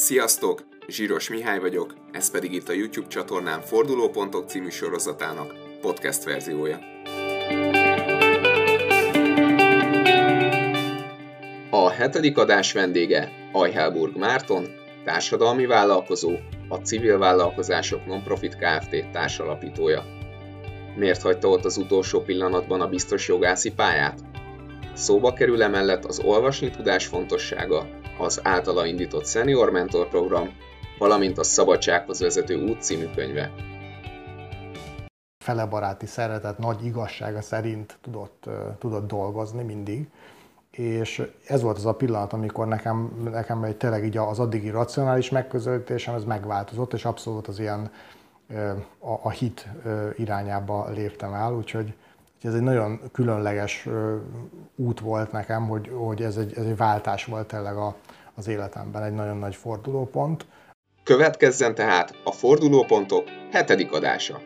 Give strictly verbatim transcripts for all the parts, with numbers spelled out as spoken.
Sziasztok! Zsíros Mihály vagyok, ez pedig itt a YouTube csatornám Fordulópontok című sorozatának podcast verziója. A hetedik adás vendége Ajhelburg Márton, társadalmi vállalkozó, a Civil Vállalkozások Non-Profit Kft. Társalapítója. Miért hagyta ott az utolsó pillanatban a biztos jogászi pályát? Szóba kerül emellett az olvasni tudás fontossága, az általa indított Senior Mentor program, valamint a Szabadsághoz vezető út című könyve. Felebaráti szeretet, nagy igazsága szerint tudott, tudott dolgozni mindig, és ez volt az a pillanat, amikor nekem, nekem egy tényleg így az addigi racionális megközelítésem ez megváltozott, és abszolút az ilyen a, a hit irányába léptem el, úgyhogy ez egy nagyon különleges út volt nekem, hogy, hogy ez, egy, ez egy váltás volt tényleg a, az életemben, egy nagyon nagy fordulópont. Következzen tehát a Fordulópontok hetedik adása.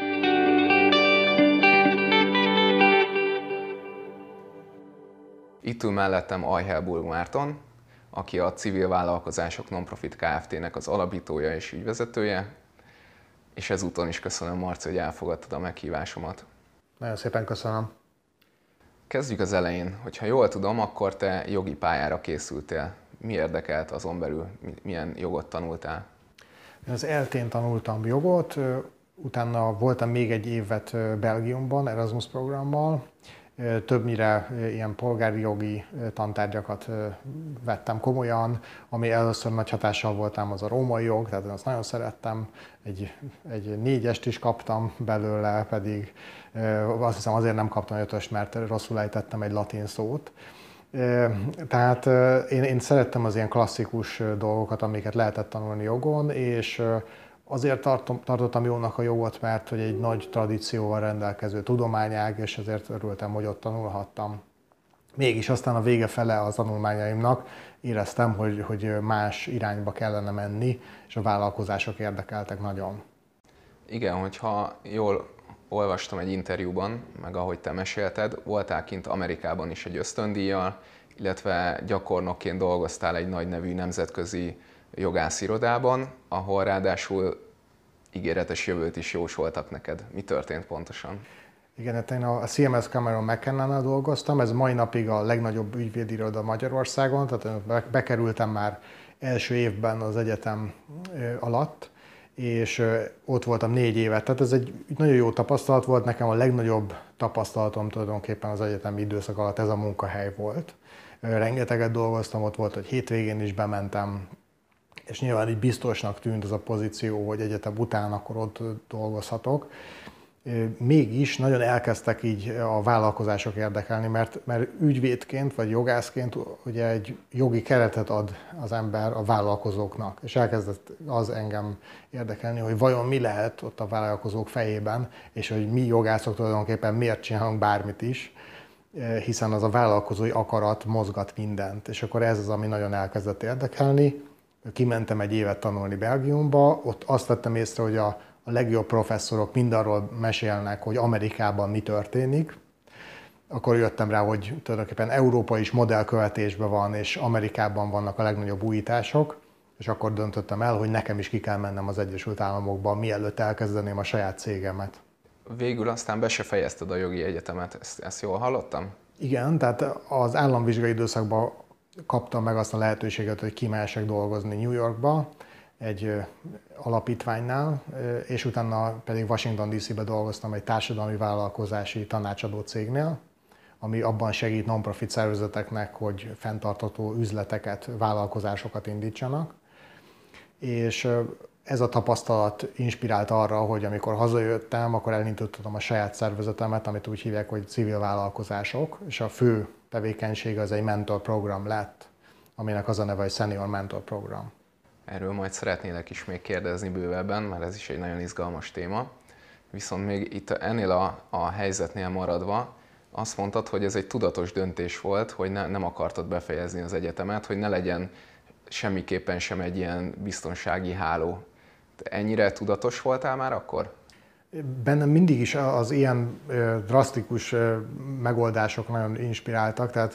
Itt ül mellettem Ajhelburg Márton, aki a Civil Vállalkozások Non-Profit Kft.-nek az alapítója és ügyvezetője, és ezúton is köszönöm, Marci, hogy elfogadtad a meghívásomat. Nagyon szépen köszönöm. Kezdjük az elején. Hogyha jól tudom, akkor te jogi pályára készültél. Mi érdekelt azon belül? Milyen jogot tanultál? Én az eltén tanultam jogot, utána voltam még egy évet Belgiumban Erasmus programmal. Többnyire ilyen polgári jogi tantárgyakat vettem komolyan, ami először nagy hatással voltam, az a római jog, tehát én azt nagyon szerettem, egy, egy négyest is kaptam belőle, pedig azt hiszem azért nem kaptam ötöst, mert rosszul ejtettem egy latin szót. Tehát én, én szerettem az ilyen klasszikus dolgokat, amiket lehetett tanulni jogon, és azért tartom, tartottam jónak a jogot, mert hogy egy nagy tradícióval rendelkező tudományág, és ezért örültem, hogy ott tanulhattam. Mégis aztán a vége fele az tanulmányaimnak éreztem, hogy, hogy más irányba kellene menni, és a vállalkozások érdekeltek nagyon. Igen, hogyha jól olvastam egy interjúban, meg ahogy te mesélted, voltál kint Amerikában is egy ösztöndíjjal, illetve gyakornokként dolgoztál egy nagy nevű nemzetközi jogászirodában, ahol ráadásul ígéretes jövőt is jósoltak neked. Mi történt pontosan? Igen, hát én a C M S Cameron McKenna-nál dolgoztam, ez mai napig a legnagyobb ügyvédiroda Magyarországon, tehát bekerültem már első évben az egyetem alatt, és ott voltam négy évet, tehát ez egy nagyon jó tapasztalat volt, nekem a legnagyobb tapasztalatom tulajdonképpen az egyetemi időszak alatt ez a munkahely volt. Rengeteget dolgoztam, ott volt, hogy hétvégén is bementem, és nyilván így biztosnak tűnt az a pozíció, hogy egyetem után akkor ott dolgozhatok. Mégis nagyon elkezdtek így a vállalkozások érdekelni, mert, mert ügyvédként vagy jogászként ugye egy jogi keretet ad az ember a vállalkozóknak, és elkezdett az engem érdekelni, hogy vajon mi lehet ott a vállalkozók fejében, és hogy mi jogászok tulajdonképpen miért csinálunk bármit is, hiszen az a vállalkozói akarat mozgat mindent, és akkor ez az, ami nagyon elkezdett érdekelni. Kimentem egy évet tanulni Belgiumba, ott azt vettem észre, hogy a, a legjobb professzorok mindarról mesélnek, hogy Amerikában mi történik. Akkor jöttem rá, hogy tulajdonképpen Európa is modellkövetésben van, és Amerikában vannak a legnagyobb újítások, és akkor döntöttem el, hogy nekem is ki kell mennem az Egyesült Államokba, mielőtt elkezdeném a saját cégemet. Végül aztán be se fejezted a jogi egyetemet, ezt, ezt jól hallottam? Igen, tehát az államvizsgai időszakban kaptam meg azt a lehetőséget, hogy kimehessek dolgozni New Yorkba, egy alapítványnál, és utána pedig Washington D C-be dolgoztam egy társadalmi vállalkozási tanácsadó cégnél, ami abban segít non-profit szervezeteknek, hogy fenntartható üzleteket, vállalkozásokat indítsanak. És ez a tapasztalat inspirált arra, hogy amikor hazajöttem, akkor elindítottam a saját szervezetemet, amit úgy hívják, hogy Civil Vállalkozások, és a fő tevékenység az egy mentor program lett, aminek az a neve, hogy Senior Mentor program. Erről majd szeretnélek is még kérdezni bővebben, mert ez is egy nagyon izgalmas téma. Viszont még itt ennél a, a helyzetnél maradva, azt mondtad, hogy ez egy tudatos döntés volt, hogy ne, nem akartad befejezni az egyetemet, hogy ne legyen semmiképpen sem egy ilyen biztonsági háló. Te ennyire tudatos voltál már akkor? Bennem mindig is az ilyen drasztikus megoldások nagyon inspiráltak, tehát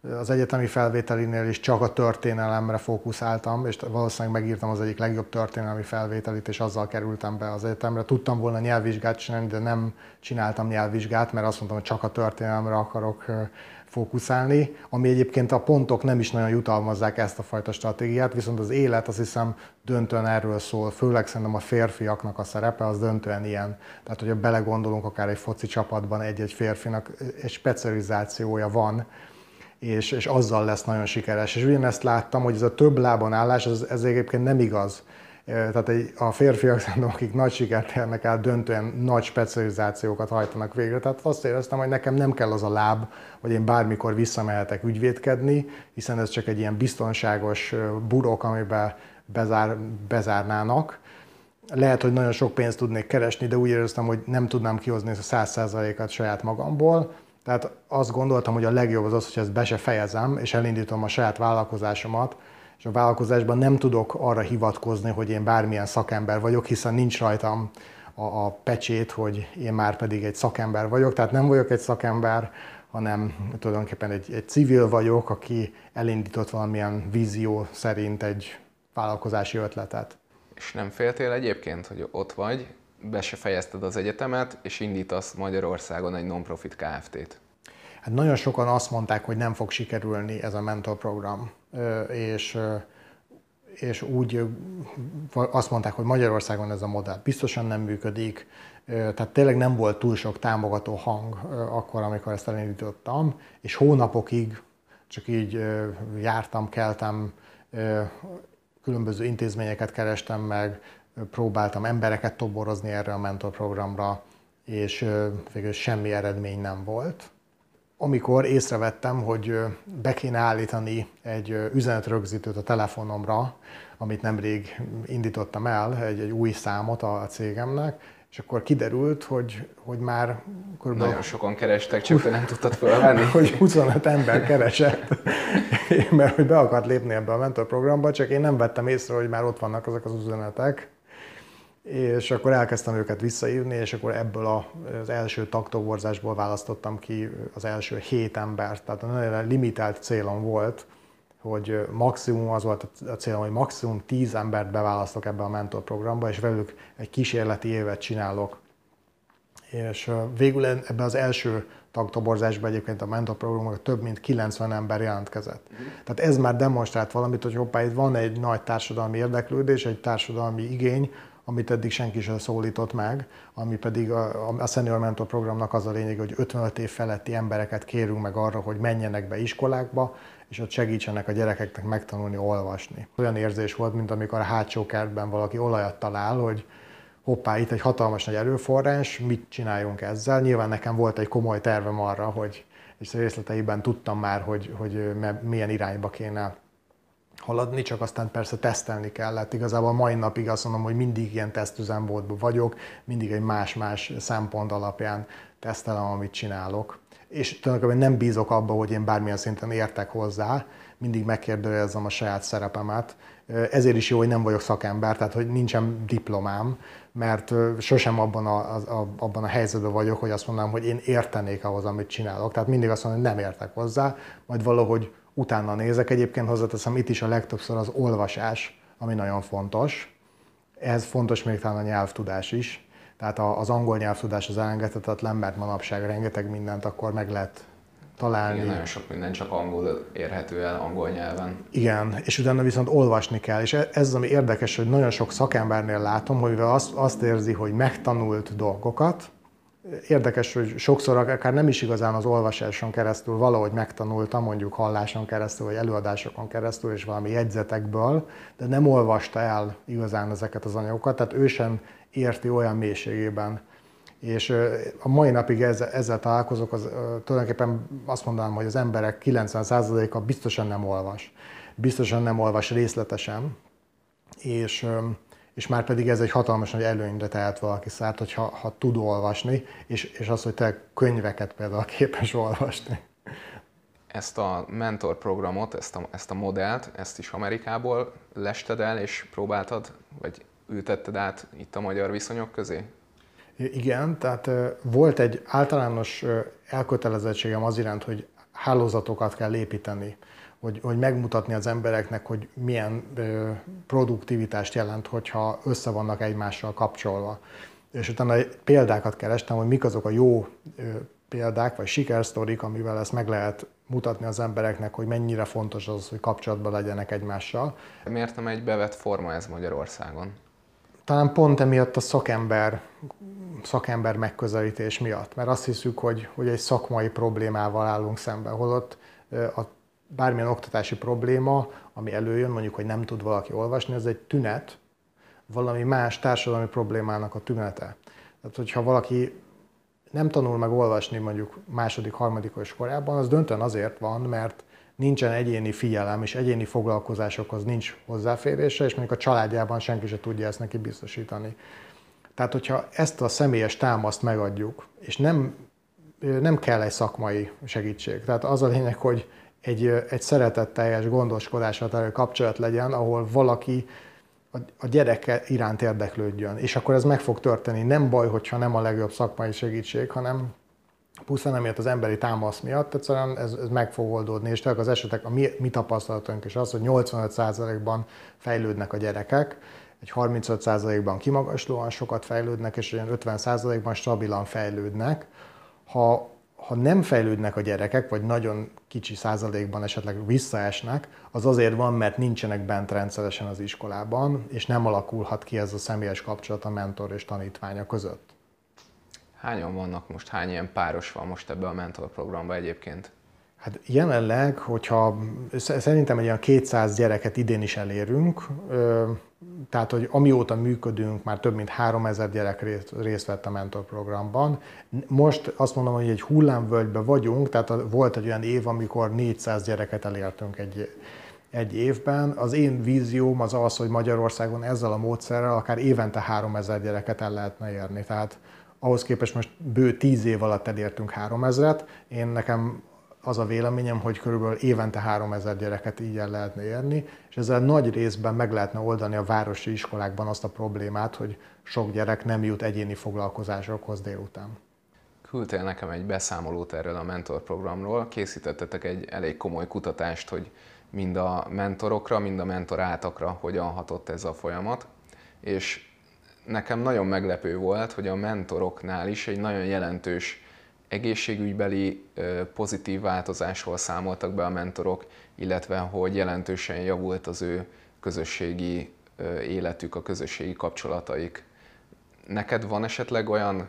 az egyetemi felvételinél is csak a történelemre fókuszáltam, és valószínűleg megírtam az egyik legjobb történelmi felvételit, és azzal kerültem be az egyetemre. Tudtam volna nyelvvizsgát csinálni, de nem csináltam nyelvvizsgát, mert azt mondtam, hogy csak a történelemre akarok fókuszálni, ami egyébként a pontok nem is nagyon jutalmazzák ezt a fajta stratégiát, viszont az élet azt hiszem döntően erről szól, főleg szerintem a férfiaknak a szerepe az döntően ilyen. Tehát, hogyha belegondolunk, akár egy foci csapatban egy-egy férfinak egy specializációja van, és, és azzal lesz nagyon sikeres. És ugyanezt láttam, hogy ez a több lábon állás, ez, ez egyébként nem igaz. Tehát a férfiak szerintem, akik nagy sikert érnek el, döntően nagy specializációkat hajtanak végre. Tehát azt éreztem, hogy nekem nem kell az a láb, hogy én bármikor visszamehetek ügyvédkedni, hiszen ez csak egy ilyen biztonságos burok, amiben bezár, bezárnának. Lehet, hogy nagyon sok pénzt tudnék keresni, de úgy éreztem, hogy nem tudnám kihozni a száz százalékot saját magamból. Tehát azt gondoltam, hogy a legjobb az az, hogy ezt be se fejezem, és elindítom a saját vállalkozásomat, és a vállalkozásban nem tudok arra hivatkozni, hogy én bármilyen szakember vagyok, hiszen nincs rajtam a, a pecsét, hogy én már pedig egy szakember vagyok. Tehát nem vagyok egy szakember, hanem tulajdonképpen egy, egy civil vagyok, aki elindított valamilyen vízió szerint egy vállalkozási ötletet. És nem féltél egyébként, hogy ott vagy, be se fejezted az egyetemet, és indítasz Magyarországon egy non-profit Kft-t? Hát nagyon sokan azt mondták, hogy nem fog sikerülni ez a mentorprogram, és, és úgy azt mondták, hogy Magyarországon ez a modell biztosan nem működik, tehát tényleg nem volt túl sok támogató hang akkor, amikor ezt elindítottam, és hónapokig csak így jártam, keltem, különböző intézményeket kerestem meg, próbáltam embereket toborozni erre a mentorprogramra, és végül semmi eredmény nem volt. Amikor észrevettem, hogy be kéne állítani egy üzenetrögzítőt a telefonomra, amit nemrég indítottam el, egy, egy új számot a cégemnek, és akkor kiderült, hogy, hogy már körülbelül... Nagyon sokan kerestek, csak te nem tudtad felvenni. Hogy huszonöt ember keresett, mert hogy be akart lépni ebbe a mentorprogramba, csak én nem vettem észre, hogy már ott vannak ezek az üzenetek. És akkor elkezdtem őket visszaírni, és akkor ebből az első tagtoborzásból választottam ki az első hét embert. Tehát nagyon limitált célom volt, hogy maximum az volt a célom, hogy maximum tíz embert beválasztok ebbe a mentorprogramba, és velük egy kísérleti évet csinálok. És végül ebben az első tagtoborzásban egyébként a mentorprogramban több mint kilencven ember jelentkezett. Uh-huh. Tehát ez már demonstrált valamit, hogy hoppá, itt van egy nagy társadalmi érdeklődés, egy társadalmi igény, amit eddig senki sem szólított meg, ami pedig a, a Senior Mentor programnak az a lényeg, hogy ötvenöt év feletti embereket kérünk meg arra, hogy menjenek be iskolákba, és ott segítsenek a gyerekeknek megtanulni olvasni. Olyan érzés volt, mint amikor a hátsó kertben valaki olajat talál, hogy hoppá, itt egy hatalmas nagy erőforrás, mit csináljunk ezzel. Nyilván nekem volt egy komoly tervem arra, hogy és részleteiben tudtam már, hogy, hogy milyen irányba kéne haladni, csak aztán persze tesztelni kellett. Igazából mai napig azt mondom, hogy mindig ilyen tesztüzemmódban vagyok, mindig egy más-más szempont alapján tesztelem, amit csinálok. És tulajdonképpen nem bízok abba, hogy én bármilyen szinten értek hozzá, mindig megkérdőjelezem a saját szerepemet. Ezért is jó, hogy nem vagyok szakember, tehát hogy nincsen diplomám, mert sosem abban a, a, abban a helyzetben vagyok, hogy azt mondanám, hogy én értenék ahhoz, amit csinálok. Tehát mindig azt mondom, hogy nem értek hozzá, majd valahogy utána nézek. Egyébként hozzáteszem, itt is a legtöbbször az olvasás, ami nagyon fontos. Ez fontos még talán a nyelvtudás is. Tehát az angol nyelvtudás az elengedhetetlen, mert manapság rengeteg mindent akkor meg lehet találni. Igen, nagyon sok minden csak angol érhető el angol nyelven. Igen, és utána viszont olvasni kell. És ez az, ami érdekes, hogy nagyon sok szakembernél látom, hogy azt, azt érzi, hogy megtanult dolgokat. Érdekes, hogy sokszor akár nem is igazán az olvasáson keresztül valahogy megtanultam, mondjuk halláson keresztül, vagy előadásokon keresztül, és valami jegyzetekből, de nem olvasta el igazán ezeket az anyagokat, tehát ő sem érti olyan mélységében. És a mai napig ezzel, ezzel találkozok, az, tulajdonképpen azt mondanám, hogy az emberek kilencven százaléka biztosan nem olvas. Biztosan nem olvas részletesen, és, és már pedig ez egy hatalmas nagy előnyre tehet valaki szárt, hogyha ha tud olvasni, és, és az, hogy te könyveket például képes olvasni. Ezt a mentor programot, ezt a, ezt a modellt, ezt is Amerikából lested el, és próbáltad, vagy ültetted át itt a magyar viszonyok közé? Igen, tehát volt egy általános elkötelezettségem az iránt, hogy hálózatokat kell építeni, hogy, hogy megmutatni az embereknek, hogy milyen produktivitást jelent, hogyha össze vannak egymással kapcsolva. És utána példákat kerestem, hogy mik azok a jó példák, vagy sikersztorik, amivel ezt meg lehet mutatni az embereknek, hogy mennyire fontos az, hogy kapcsolatban legyenek egymással. Miért nem egy bevett forma ez Magyarországon? Talán pont emiatt a szakember, szakember megközelítés miatt, mert azt hiszük, hogy, hogy egy szakmai problémával állunk szemben, holott a bármilyen oktatási probléma, ami előjön, mondjuk, hogy nem tud valaki olvasni, ez egy tünet, valami más társadalmi problémának a tünete. Tehát, hogyha valaki nem tanul meg olvasni mondjuk második, harmadikos korában, az döntően azért van, mert nincsen egyéni figyelem és egyéni foglalkozásokhoz nincs hozzáférése, és mondjuk a családjában senki sem tudja ezt neki biztosítani. Tehát, hogyha ezt a személyes támaszt megadjuk, és nem, nem kell egy szakmai segítség. Tehát az a lényeg, hogy egy, egy szeretetteljes gondoskodásra terülő kapcsolat legyen, ahol valaki a gyereke iránt érdeklődjön. És akkor ez meg fog történni. Nem baj, hogyha nem a legjobb szakmai segítség, hanem pusztán emiatt az emberi támasz miatt egyszerűen ez, ez meg fog oldódni. És tehát az esetek, a mi, mi tapasztalatunk is az, hogy nyolcvanöt százalékban fejlődnek a gyerekek, egy harmincöt százalékban kimagaslóan sokat fejlődnek, és olyan ötven százalékban stabilan fejlődnek. Ha Ha nem fejlődnek a gyerekek, vagy nagyon kicsi százalékban esetleg visszaesnek, az azért van, mert nincsenek bent rendszeresen az iskolában, és nem alakulhat ki ez a személyes kapcsolat a mentor és tanítványa között. Hányan vannak most, hány ilyen páros van most ebbe a mentor programba egyébként? Hát jelenleg, hogyha szerintem egy olyan kétszáz gyereket idén is elérünk, tehát, hogy amióta működünk, már több mint háromezer gyerek részt, részt vett a mentorprogramban. Most azt mondom, hogy egy hullámvölgyben vagyunk, tehát volt egy olyan év, amikor négyszáz gyereket elértünk egy, egy évben. Az én vízióm az az, hogy Magyarországon ezzel a módszerrel akár évente háromezer gyereket el lehetne érni. Tehát ahhoz képest most bő tíz év alatt elértünk háromezret. Én nekem az a véleményem, hogy körülbelül évente háromezer gyereket így el lehetne érni, és ezzel nagy részben meg lehetne oldani a városi iskolákban azt a problémát, hogy sok gyerek nem jut egyéni foglalkozásokhoz délután. Küldtél nekem egy beszámolót erről a mentorprogramról, készítettetek egy elég komoly kutatást, hogy mind a mentorokra, mind a mentoráltakra hogyan hatott ez a folyamat, és nekem nagyon meglepő volt, hogy a mentoroknál is egy nagyon jelentős egészségügybeli pozitív változásról számoltak be a mentorok, illetve hogy jelentősen javult az ő közösségi életük, a közösségi kapcsolataik. Neked van esetleg olyan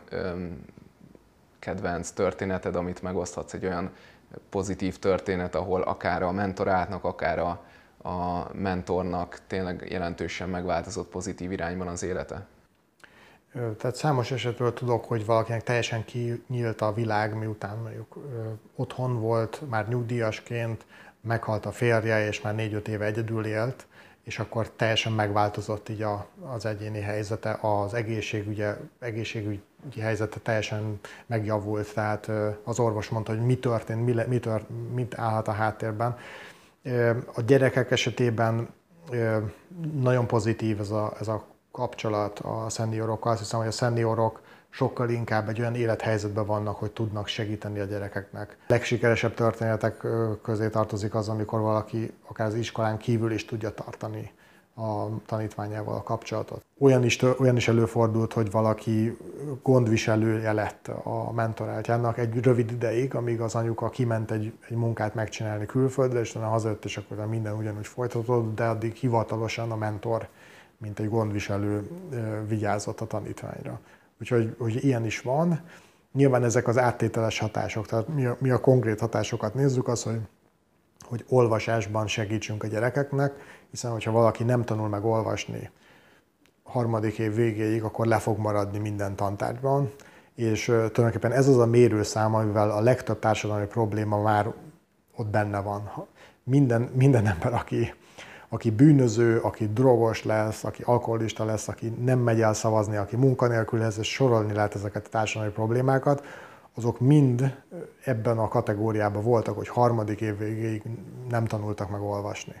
kedvenc történeted, amit megoszthatsz, egy olyan pozitív történet, ahol akár a mentorátnak, akár a, a mentornak tényleg jelentősen megváltozott pozitív irányban az élete? Tehát számos esetről tudok, hogy valakinek teljesen kinyílt a világ, miután mondjuk otthon volt, már nyugdíjasként, meghalt a férje, és már négy-öt éve egyedül élt, és akkor teljesen megváltozott így a, az egyéni helyzete, az egészségügyi, egészségügyi helyzete teljesen megjavult, tehát az orvos mondta, hogy mi történt, mi, mi tört, mit állhat a háttérben. A gyerekek esetében nagyon pozitív ez a, ez a kapcsolat a szeniorokkal. Azt hiszem, hogy a szeniorok sokkal inkább egy olyan élethelyzetben vannak, hogy tudnak segíteni a gyerekeknek. A legsikeresebb történetek közé tartozik az, amikor valaki akár az iskolán kívül is tudja tartani a tanítványával a kapcsolatot. Olyan is, olyan is előfordult, hogy valaki gondviselője lett a mentoráltjának egy rövid ideig, amíg az anyuka kiment egy, egy munkát megcsinálni külföldre, és utána hazajött, és akkor minden ugyanúgy folytatódott, de addig hivatalosan a mentor, mint egy gondviselő vigyázott a tanítványra. Úgyhogy hogy ilyen is van. Nyilván ezek az áttételes hatások, tehát mi a, mi a konkrét hatásokat nézzük, az, hogy, hogy olvasásban segítsünk a gyerekeknek, hiszen hogyha valaki nem tanul meg olvasni harmadik év végéig, akkor le fog maradni minden tantárgyban, és tulajdonképpen ez az a mérőszám, amivel a legtöbb társadalmi probléma már ott benne van. Minden, minden ember, aki aki bűnöző, aki drogos lesz, aki alkoholista lesz, aki nem megy el szavazni, aki munkanélkül lesz, és sorolni lehet ezeket a társadalmi problémákat, azok mind ebben a kategóriában voltak, hogy harmadik év végéig nem tanultak meg olvasni.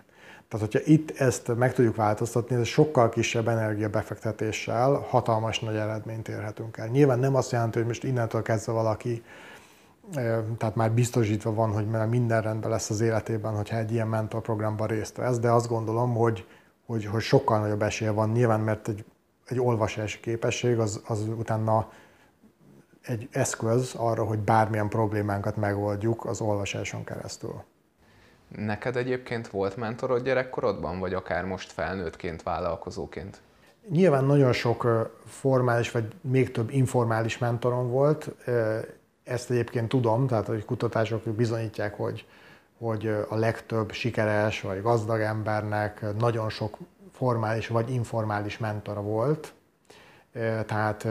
Tehát, hogyha itt ezt meg tudjuk változtatni, ez sokkal kisebb energiabefektetéssel hatalmas nagy eredményt érhetünk el. Nyilván nem azt jelenti, hogy most innentől kezdve valaki, tehát már biztosítva van, hogy minden rendben lesz az életében, hogyha egy ilyen mentorprogramban részt vesz, de azt gondolom, hogy, hogy, hogy sokkal nagyobb esélye van nyilván, mert egy, egy olvasási képesség az, az utána egy eszköz arra, hogy bármilyen problémánkat megoldjuk az olvasáson keresztül. Neked egyébként volt mentorod gyerekkorodban, vagy akár most felnőttként, vállalkozóként? Nyilván nagyon sok formális, vagy még több informális mentorom volt. Ezt egyébként tudom, tehát hogy kutatások bizonyítják, hogy, hogy a legtöbb sikeres vagy gazdag embernek nagyon sok formális vagy informális mentora volt. Tehát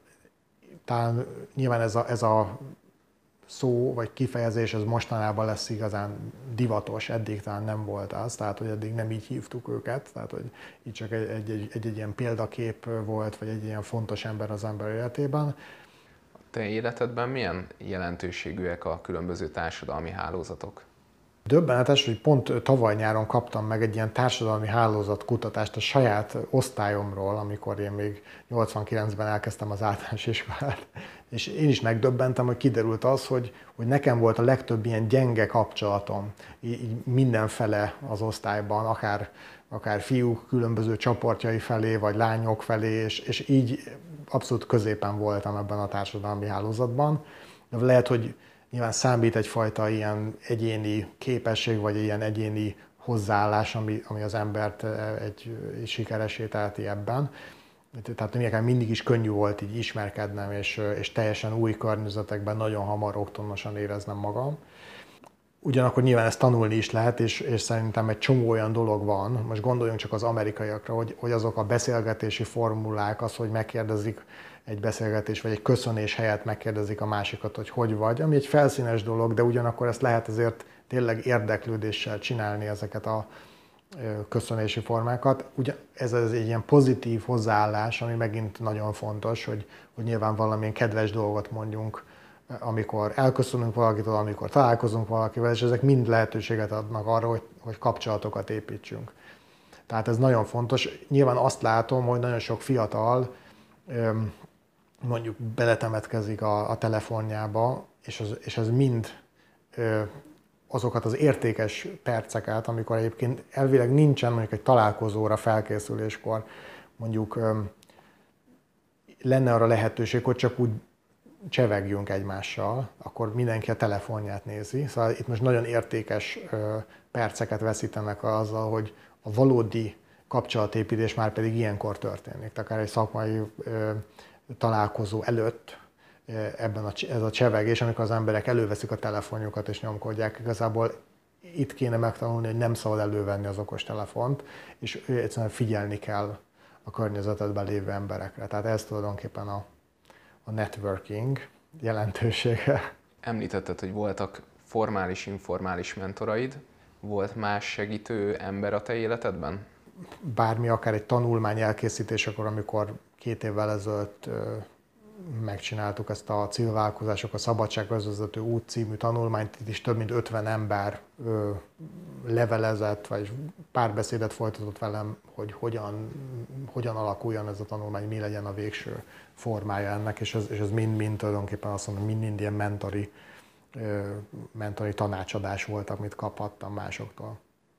talán nyilván ez a, ez a szó vagy kifejezés, ez mostanában lesz igazán divatos, eddig talán nem volt az, tehát hogy eddig nem így hívtuk őket, tehát hogy így csak egy, egy, egy, egy, egy ilyen példakép volt, vagy egy ilyen fontos ember az ember életében. A te életedben milyen jelentőségűek a különböző társadalmi hálózatok? Döbbenetes, hogy pont tavaly nyáron kaptam meg egy ilyen társadalmi hálózat kutatást a saját osztályomról, amikor én még nyolcvankilencben elkezdtem az általános iskolát. És én is megdöbbentem, hogy kiderült az, hogy, hogy nekem volt a legtöbb ilyen gyenge kapcsolatom, így, így mindenfele az osztályban, akár, akár fiúk különböző csoportjai felé, vagy lányok felé, és, és így abszolút középen voltam ebben a társadalmi hálózatban. De lehet, hogy nyilván számít egyfajta ilyen egyéni képesség, vagy ilyen egyéni hozzáállás, ami, ami az embert egy, egy sikeresé teheti ebben. Tehát nekem mindig is könnyű volt így ismerkednem, és, és teljesen új környezetekben nagyon hamar otthonosan éreznem magam. Ugyanakkor nyilván ezt tanulni is lehet, és, és szerintem egy csomó olyan dolog van, most gondoljunk csak az amerikaiakra, hogy, hogy azok a beszélgetési formulák, az, hogy megkérdezik egy beszélgetés, vagy egy köszönés helyett megkérdezik a másikat, hogy hogy vagy, ami egy felszínes dolog, de ugyanakkor ezt lehet azért tényleg érdeklődéssel csinálni, ezeket a köszönési formákat. Ugye ez az egy ilyen pozitív hozzáállás, ami megint nagyon fontos, hogy, hogy nyilván valamilyen kedves dolgot mondjunk, amikor elköszönünk valakitől, amikor találkozunk valakivel, és ezek mind lehetőséget adnak arra, hogy, hogy kapcsolatokat építsünk. Tehát ez nagyon fontos. Nyilván azt látom, hogy nagyon sok fiatal mondjuk beletemetkezik a, a telefonjába, és, az, és ez mind azokat az értékes perceket, amikor egyébként elvileg nincsen mondjuk egy találkozóra felkészüléskor, mondjuk lenne arra lehetőség, hogy csak úgy csevegjünk egymással, akkor mindenki a telefonját nézi. Szóval itt most nagyon értékes perceket veszítenek azzal, hogy a valódi kapcsolatépítés már pedig ilyenkor történik. Tehát akár egy szakmai találkozó előtt ebben a, ez a csevegés, amikor az emberek előveszik a telefonjukat és nyomkodják. Igazából itt kéne megtanulni, hogy nem szabad elővenni az okostelefont, és egyszerűen figyelni kell a környezetedben lévő emberekre. Tehát ez tulajdonképpen a, a networking jelentősége. Említetted, hogy voltak formális, informális mentoraid. Volt más segítő ember a te életedben? Bármi, akár egy tanulmány elkészítésekor, amikor két évvel ezelőtt megcsináltuk ezt a civil vállalkozások, a Szabadsághoz vezető út című tanulmányt, itt is több mint ötven ember ö, levelezett, vagy párbeszédet folytatott velem, hogy hogyan, hogyan alakuljon ez a tanulmány, mi legyen a végső formája ennek, és ez, és ez mind-mind tulajdonképpen azt mondom, mind-mind ilyen mentori, ö, mentori tanácsadás volt, amit kaphattam másoktól.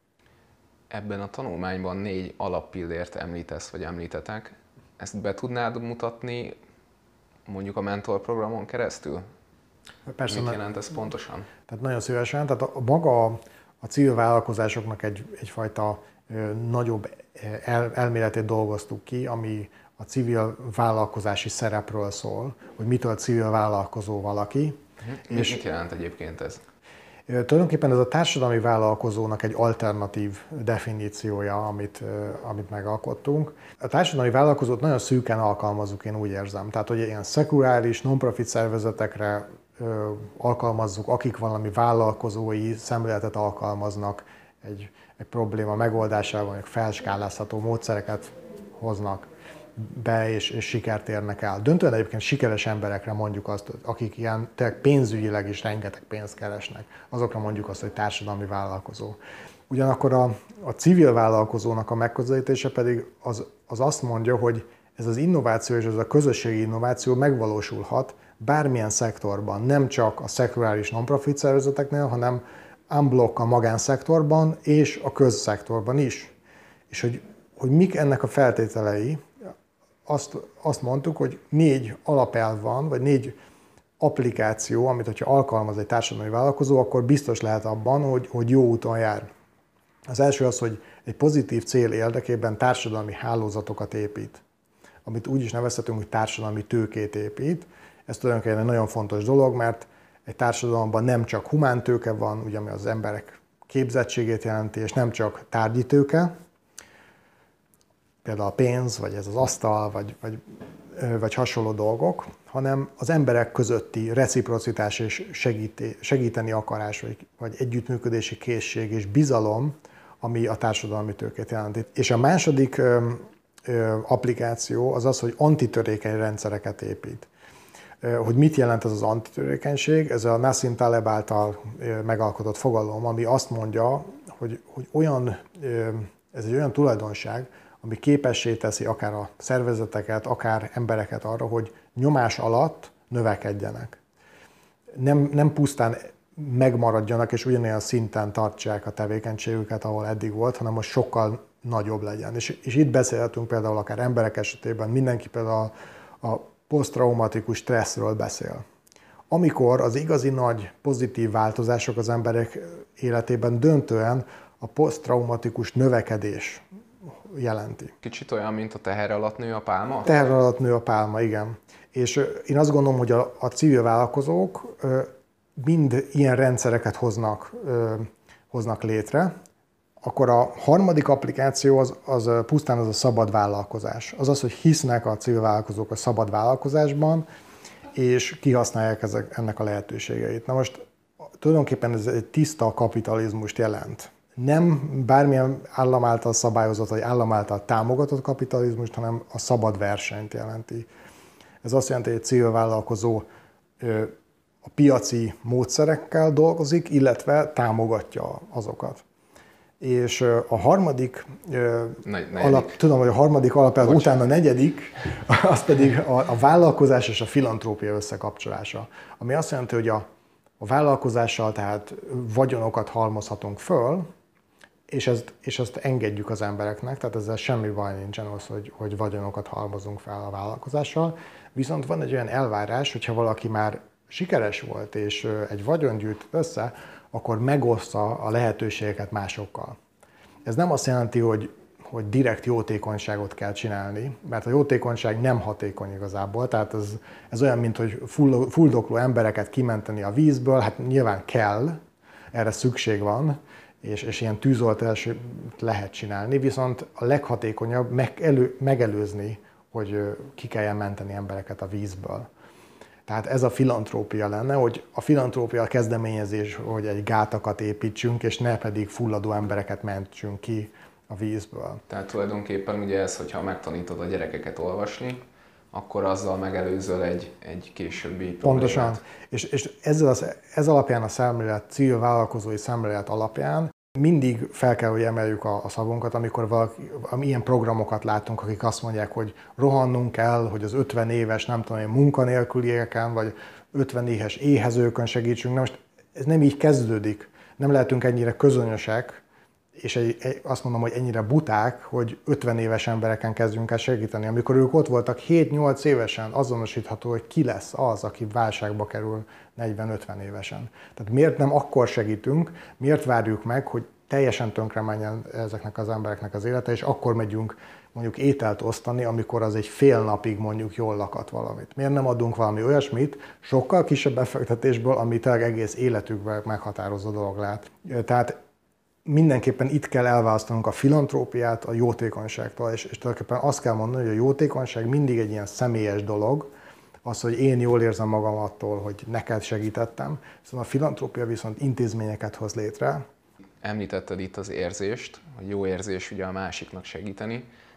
Ebben a tanulmányban négy alappillért említesz, vagy említetek. Ezt be tudnád mutatni mondjuk a mentorprogramon keresztül? Persze. Mit jelent ez pontosan? Tehát nagyon szívesen. Tehát a, maga a civil vállalkozásoknak egy, egyfajta ö, nagyobb el, elméletét dolgoztuk ki, ami a civil vállalkozási szerepről szól, hogy mitől civil vállalkozó valaki. Mi, és mit jelent egyébként ez? Tulajdonképpen ez a társadalmi vállalkozónak egy alternatív definíciója, amit, amit megalkottunk. A társadalmi vállalkozót nagyon szűken alkalmazzuk, én úgy érzem. Tehát, hogy ilyen szekuláris, non-profit szervezetekre ö, alkalmazzuk, akik valami vállalkozói szemléletet alkalmaznak, egy, egy probléma megoldásával, vagy felskálázható módszereket hoznak. be és, és sikert érnek el. Döntően egyébként sikeres emberekre mondjuk azt, akik ilyen tényleg pénzügyileg is rengeteg pénzt keresnek, azokra mondjuk azt, hogy társadalmi vállalkozó. Ugyanakkor a, a civil vállalkozónak a megközelítése pedig az, az azt mondja, hogy ez az innováció és ez a közösségi innováció megvalósulhat bármilyen szektorban, nem csak a szektorális non-profit szervezeteknél, hanem unblock a magánszektorban és a közszektorban is. És hogy, hogy mik ennek a feltételei, azt, azt mondtuk, hogy négy alapelv van, vagy négy applikáció, amit hogyha alkalmaz egy társadalmi vállalkozó, akkor biztos lehet abban, hogy, hogy jó úton jár. Az első az, hogy egy pozitív cél érdekében társadalmi hálózatokat épít, amit úgy is nevezhetünk, hogy társadalmi tőkét épít. Ez tulajdonképpen egy nagyon fontos dolog, mert egy társadalomban nem csak humántőke van, ugye, ami az emberek képzettségét jelenti, és nem csak tárgyi tőke, például a pénz, vagy ez az asztal, vagy, vagy, vagy hasonló dolgok, hanem az emberek közötti reciprocitás és segíti, segíteni akarás, vagy, vagy együttműködési készség és bizalom, ami a társadalmi tőkét jelenti. És a második ö, ö, applikáció az az, hogy antitörékeny rendszereket épít. Hogy mit jelent ez az antitörékenység? Ez a Nassim Taleb által megalkotott fogalom, ami azt mondja, hogy, hogy olyan, ez egy olyan tulajdonság, ami képessé teszi akár a szervezeteket, akár embereket arra, hogy nyomás alatt növekedjenek. Nem, nem pusztán megmaradjanak és ugyanilyen szinten tartsák a tevékenységüket, ahol eddig volt, hanem most sokkal nagyobb legyen. És, és itt beszélhetünk például akár emberek esetében, mindenki például a posztraumatikus stresszről beszél. Amikor az igazi nagy pozitív változások az emberek életében döntően a posztraumatikus növekedés jelenti. Kicsit olyan, mint a teher alatt nő a pálma? Teher alatt nő a pálma, igen. És én azt gondolom, hogy a, a civil vállalkozók mind ilyen rendszereket hoznak, hoznak létre. Akkor a harmadik applikáció az, az pusztán az a szabad vállalkozás. Az az, hogy hisznek a civil vállalkozók a szabad vállalkozásban, és kihasználják ezek, ennek a lehetőségeit. Na most tulajdonképpen ez egy tiszta kapitalizmust jelent. Nem bármilyen állam által szabályozott, vagy állam által támogatott kapitalizmust, hanem a szabad versenyt jelenti. Ez azt jelenti, hogy egy civil vállalkozó a piaci módszerekkel dolgozik, illetve támogatja azokat. És a harmadik, Negy, alap, tudom, hogy a harmadik alapelv után a negyedik, az pedig a, a vállalkozás és a filantrópia összekapcsolása. Ami azt jelenti, hogy a, a vállalkozással tehát vagyonokat halmozhatunk föl, és ezt, és ezt engedjük az embereknek, tehát ezzel semmi baj nincsen az, hogy, hogy vagyonokat halmozunk fel a vállalkozással. Viszont van egy olyan elvárás, hogyha valaki már sikeres volt és egy vagyon gyűjtött össze, akkor megoszta a lehetőségeket másokkal. Ez nem azt jelenti, hogy, hogy direkt jótékonyságot kell csinálni, mert a jótékonyság nem hatékony igazából, tehát ez, ez olyan, mint hogy fuldokló embereket kimenteni a vízből, hát nyilván kell, erre szükség van, és, és ilyen tűzoltást lehet csinálni, viszont a leghatékonyabb megelő, megelőzni, hogy ki kelljen menteni embereket a vízből. Tehát ez a filantrópia lenne, hogy a filantrópia a kezdeményezés, hogy egy gátakat építsünk, és ne pedig fulladó embereket mentsünk ki a vízből. Tehát tulajdonképpen ugye ez, hogyha megtanítod a gyerekeket olvasni, akkor azzal megelőzöl egy, egy későbbi problémát. Pontosan. És, és ezzel az, ez alapján a szemlélet, civil vállalkozói szemlélet alapján mindig fel kell, hogy emeljük a, a szavunkat, amikor valaki, ilyen programokat látunk, akik azt mondják, hogy rohannunk kell, hogy az ötven éves, nem tudom, munkanélkülieken, vagy ötven éves éhezőkön segítsünk. Na most ez nem így kezdődik. Nem lehetünk ennyire közönösek, és egy, egy, azt mondom, hogy ennyire buták, hogy ötven éves embereken kezdjünk el segíteni. Amikor ők ott voltak hét-nyolc évesen, azonosítható, hogy ki lesz az, aki válságba kerül negyven-ötven évesen. Tehát miért nem akkor segítünk, miért várjuk meg, hogy teljesen tönkre menjen ezeknek az embereknek az élete, és akkor megyünk mondjuk ételt osztani, amikor az egy fél napig mondjuk jól lakat valamit. Miért nem adunk valami olyasmit, sokkal kisebb befektetésből, ami tényleg egész életükben meghatározó dolog lehet. Tehát mindenképpen itt kell elválasztanunk a filantrópiát a jótékonyságtól, és, és tulajdonképpen azt kell mondani, hogy a jótékonyság mindig egy ilyen személyes dolog, az, hogy én jól érzem magam attól, hogy neked segítettem. Szóval a filantrópia viszont intézményeket hoz létre. Említetted itt az érzést, hogy jó érzés ugye a másiknak segíteni,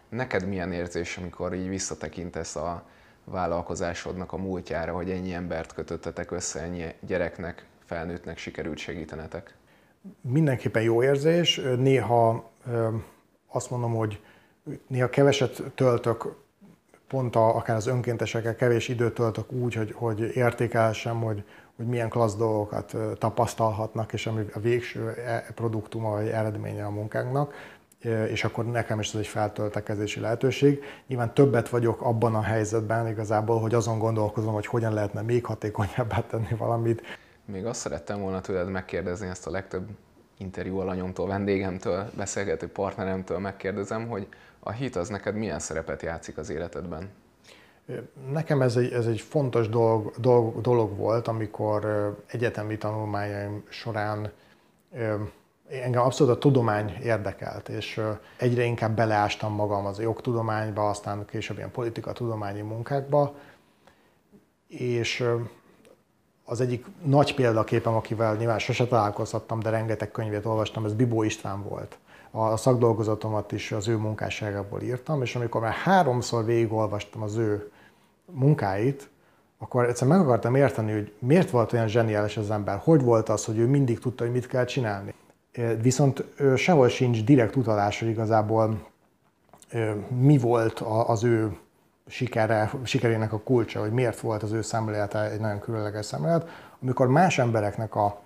Neked milyen érzés, amikor így visszatekintesz a vállalkozásodnak a múltjára, hogy ennyi embert kötöttetek össze, ennyi gyereknek, felnőttnek sikerült segítenetek? Mindenképpen jó érzés. Néha azt mondom, hogy néha keveset töltök, pont a, akár az önkéntesekkel kevés időt töltök úgy, hogy, hogy értékelhessem, hogy, hogy milyen klassz dolgokat tapasztalhatnak, és ami a végső produktuma vagy eredménye a munkánknak, és akkor nekem is ez egy feltöltekezési lehetőség. Nyilván többet vagyok abban a helyzetben igazából, hogy azon gondolkozom, hogy hogyan lehetne még hatékonyabbá tenni valamit. Még azt szerettem volna tőled megkérdezni, ezt a legtöbb interjú alanyomtól, vendégemtől, beszélgető partneremtől megkérdezem, hogy a hit az neked milyen szerepet játszik az életedben? Nekem ez egy, ez egy fontos dolog, dolog, dolog volt, amikor egyetemi tanulmányaim során engem abszolút a tudomány érdekelt, és egyre inkább beleástam magam az jogtudományba, aztán később ilyen politika-tudományi munkákba, és az egyik nagy példaképem, akivel nyilván sose találkozhattam, de rengeteg könyvét olvastam, ez Bibó István volt. A szakdolgozatomat is az ő munkásságából írtam, és amikor már háromszor végigolvastam az ő munkáit, akkor egyszerűen meg akartam érteni, hogy miért volt olyan zseniális az ember, hogy volt az, hogy ő mindig tudta, hogy mit kell csinálni. Viszont sehol sincs direkt utalás, hogy igazából mi volt az ő sikere, sikerének a kulcsa, hogy miért volt az ő szemlélete egy nagyon különleges szemlélet. Amikor más embereknek a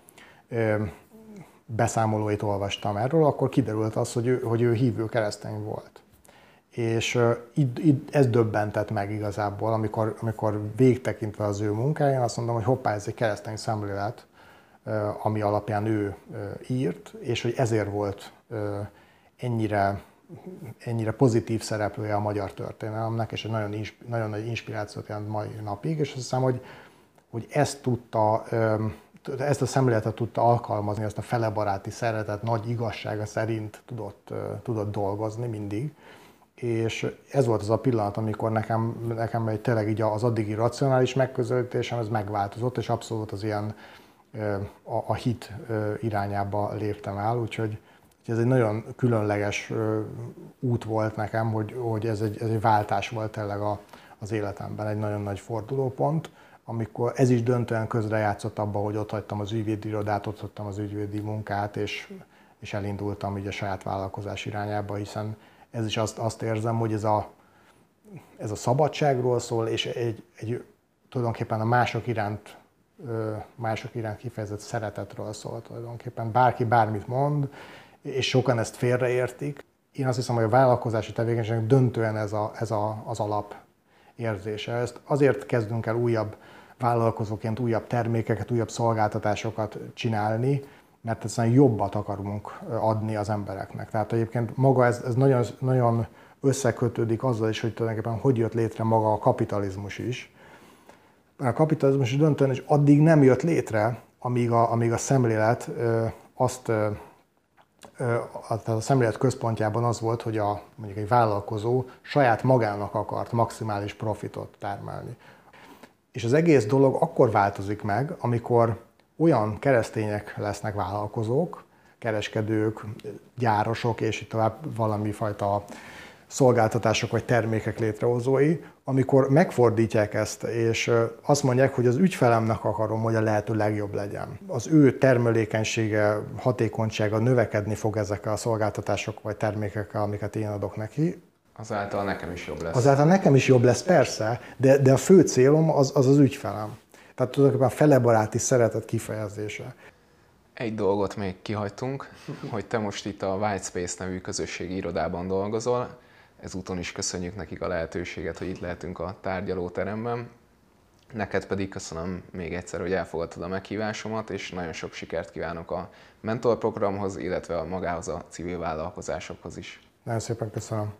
beszámolóit olvastam erről, akkor kiderült az, hogy ő, hogy ő hívő keresztény volt. És uh, itt, itt ez döbbentett meg igazából, amikor, amikor végtekintve az ő munkáján, azt mondom, hogy hoppá, ez egy keresztény szemlélet, uh, ami alapján ő uh, írt, és hogy ezért volt uh, ennyire, ennyire pozitív szereplője a magyar történelemnek, és egy nagyon, nagyon nagy inspirációt jelent mai napig, és azt hiszem, hogy, hogy ezt tudta, um, ezt a szemléletet tudta alkalmazni, ezt a felebaráti szeretet nagy igazsága szerint tudott, uh, tudott dolgozni mindig. És ez volt az a pillanat, amikor nekem, nekem egy, tényleg így az addigi racionális megközelítésem ez megváltozott, és abszolút az ilyen a, a hit irányába léptem el, úgyhogy ez egy nagyon különleges út volt nekem, hogy, hogy ez, egy, ez egy váltás volt tényleg a, az életemben, egy nagyon nagy fordulópont, amikor ez is döntően közrejátszott abba, hogy ott hagytam az ügyvédi irodát, ott hagytam az ügyvédi munkát, és, és elindultam így a saját vállalkozás irányába, hiszen ez is azt, azt érzem, hogy ez a, ez a szabadságról szól, és egy, egy, tulajdonképpen a mások iránt, mások iránt kifejezett szeretetről szól tulajdonképpen. Bárki bármit mond, és sokan ezt félreértik. Én azt hiszem, hogy a vállalkozási tevékenységnek döntően ez, a, ez a, az alap érzése. Ezt azért kezdünk el újabb vállalkozóként újabb termékeket, újabb szolgáltatásokat csinálni, mert egyszerűen jobbat akarunk adni az embereknek. Tehát egyébként maga ez, ez nagyon, nagyon összekötődik azzal is, hogy tulajdonképpen hogy jött létre maga a kapitalizmus is. A kapitalizmus döntően is addig nem jött létre, amíg a, amíg a szemlélet azt, a szemlélet központjában az volt, hogy a, mondjuk egy vállalkozó saját magának akart maximális profitot termelni. És az egész dolog akkor változik meg, amikor olyan keresztények lesznek vállalkozók, kereskedők, gyárosok, és itt tovább valami fajta szolgáltatások vagy termékek létrehozói, amikor megfordítják ezt, és azt mondják, hogy az ügyfelemnek akarom, hogy a lehető legjobb legyen. Az ő termelékenysége, hatékonysága növekedni fog ezekkel a szolgáltatások vagy termékekkel, amiket én adok neki. Azáltal nekem is jobb lesz. Azáltal nekem is jobb lesz, persze, de, de a fő célom az az, az ügyfelem. Tehát tulajdonképpen a felebaráti szeretet kifejezése. Egy dolgot még kihagytunk, hogy te most itt a Whitespace nevű közösségi irodában dolgozol. Ezúton is köszönjük nekik a lehetőséget, hogy itt lehetünk a tárgyalóteremben. Neked pedig köszönöm még egyszer, hogy elfogadtad a meghívásomat, és nagyon sok sikert kívánok a mentorprogramhoz, illetve a magához a civil vállalkozásokhoz is. Nagyon szépen köszönöm.